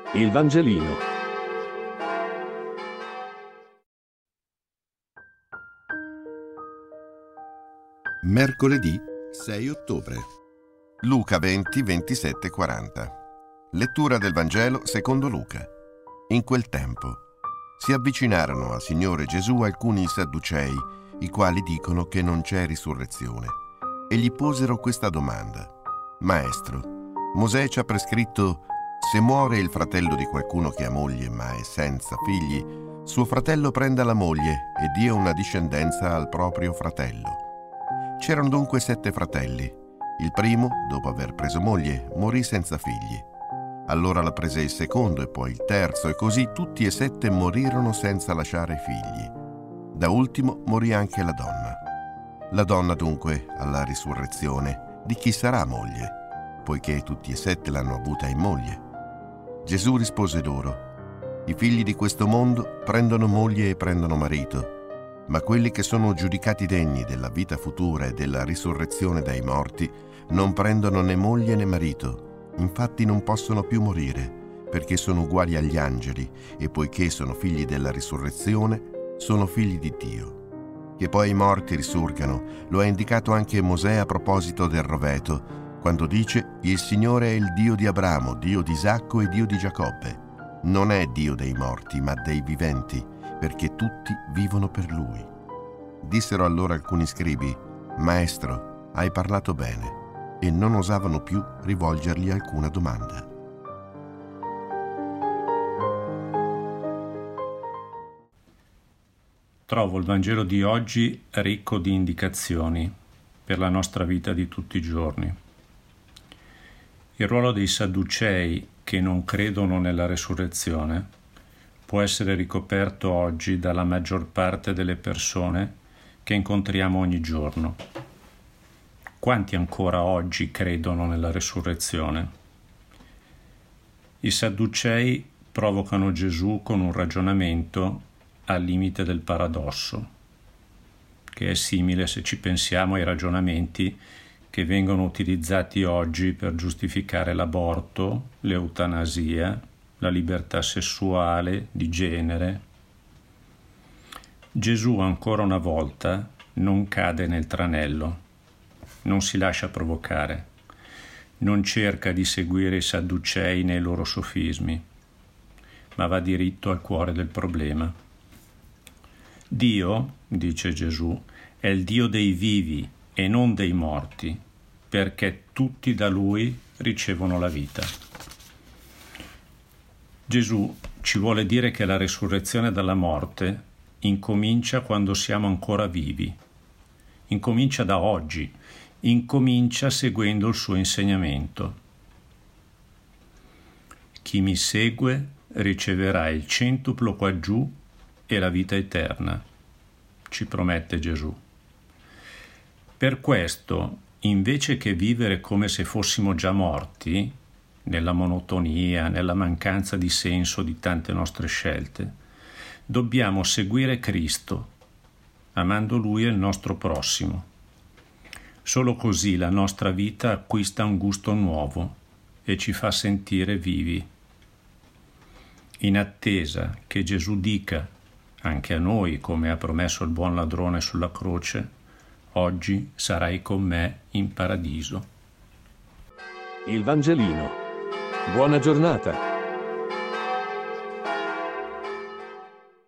Il Vangelino. Mercoledì 6 ottobre. Luca 20, 27, 40. Lettura del Vangelo secondo Luca. In quel tempo si avvicinarono al Signore Gesù alcuni sadducei, i quali dicono che non c'è risurrezione, e gli posero questa domanda: Maestro, Mosè ci ha prescritto: se muore il fratello di qualcuno che ha moglie ma è senza figli, suo fratello prenda la moglie e dia una discendenza al proprio fratello. C'erano dunque 7 fratelli. Il primo, dopo aver preso moglie, morì senza figli. Allora la prese il secondo e poi il terzo, e così tutti e 7 morirono senza lasciare figli. Da ultimo morì anche la donna. La donna dunque, alla risurrezione, di chi sarà moglie, poiché tutti e 7 l'hanno avuta in moglie? Gesù rispose loro: i figli di questo mondo prendono moglie e prendono marito, ma quelli che sono giudicati degni della vita futura e della risurrezione dai morti non prendono né moglie né marito, infatti non possono più morire, perché sono uguali agli angeli, e poiché sono figli della risurrezione, sono figli di Dio. Che poi i morti risurgano, lo ha indicato anche Mosè a proposito del roveto, quando dice: il Signore è il Dio di Abramo, Dio di Isacco e Dio di Giacobbe. Non è Dio dei morti, ma dei viventi, perché tutti vivono per Lui. Dissero allora alcuni scribi: Maestro, hai parlato bene, e non osavano più rivolgergli alcuna domanda. Trovo il Vangelo di oggi ricco di indicazioni per la nostra vita di tutti i giorni. Il ruolo dei Sadducei, che non credono nella resurrezione, può essere ricoperto oggi dalla maggior parte delle persone che incontriamo ogni giorno. Quanti ancora oggi credono nella resurrezione? I Sadducei provocano Gesù con un ragionamento al limite del paradosso, che è simile, se ci pensiamo, ai ragionamenti che vengono utilizzati oggi per giustificare l'aborto, l'eutanasia, la libertà sessuale, di genere. Gesù ancora una volta non cade nel tranello, non si lascia provocare, non cerca di seguire i Sadducei nei loro sofismi, ma va diritto al cuore del problema. Dio, dice Gesù, è il Dio dei vivi e non dei morti, perché tutti da Lui ricevono la vita. Gesù ci vuole dire che la resurrezione dalla morte incomincia quando siamo ancora vivi, incomincia da oggi, incomincia seguendo il suo insegnamento. Chi mi segue riceverà il centuplo quaggiù e la vita eterna, ci promette Gesù. Per questo, invece che vivere come se fossimo già morti, nella monotonia, nella mancanza di senso di tante nostre scelte, dobbiamo seguire Cristo, amando Lui e il nostro prossimo. Solo così la nostra vita acquista un gusto nuovo e ci fa sentire vivi. In attesa che Gesù dica anche a noi, come ha promesso il buon ladrone sulla croce: oggi sarai con me in paradiso. Il Vangelino. Buona giornata.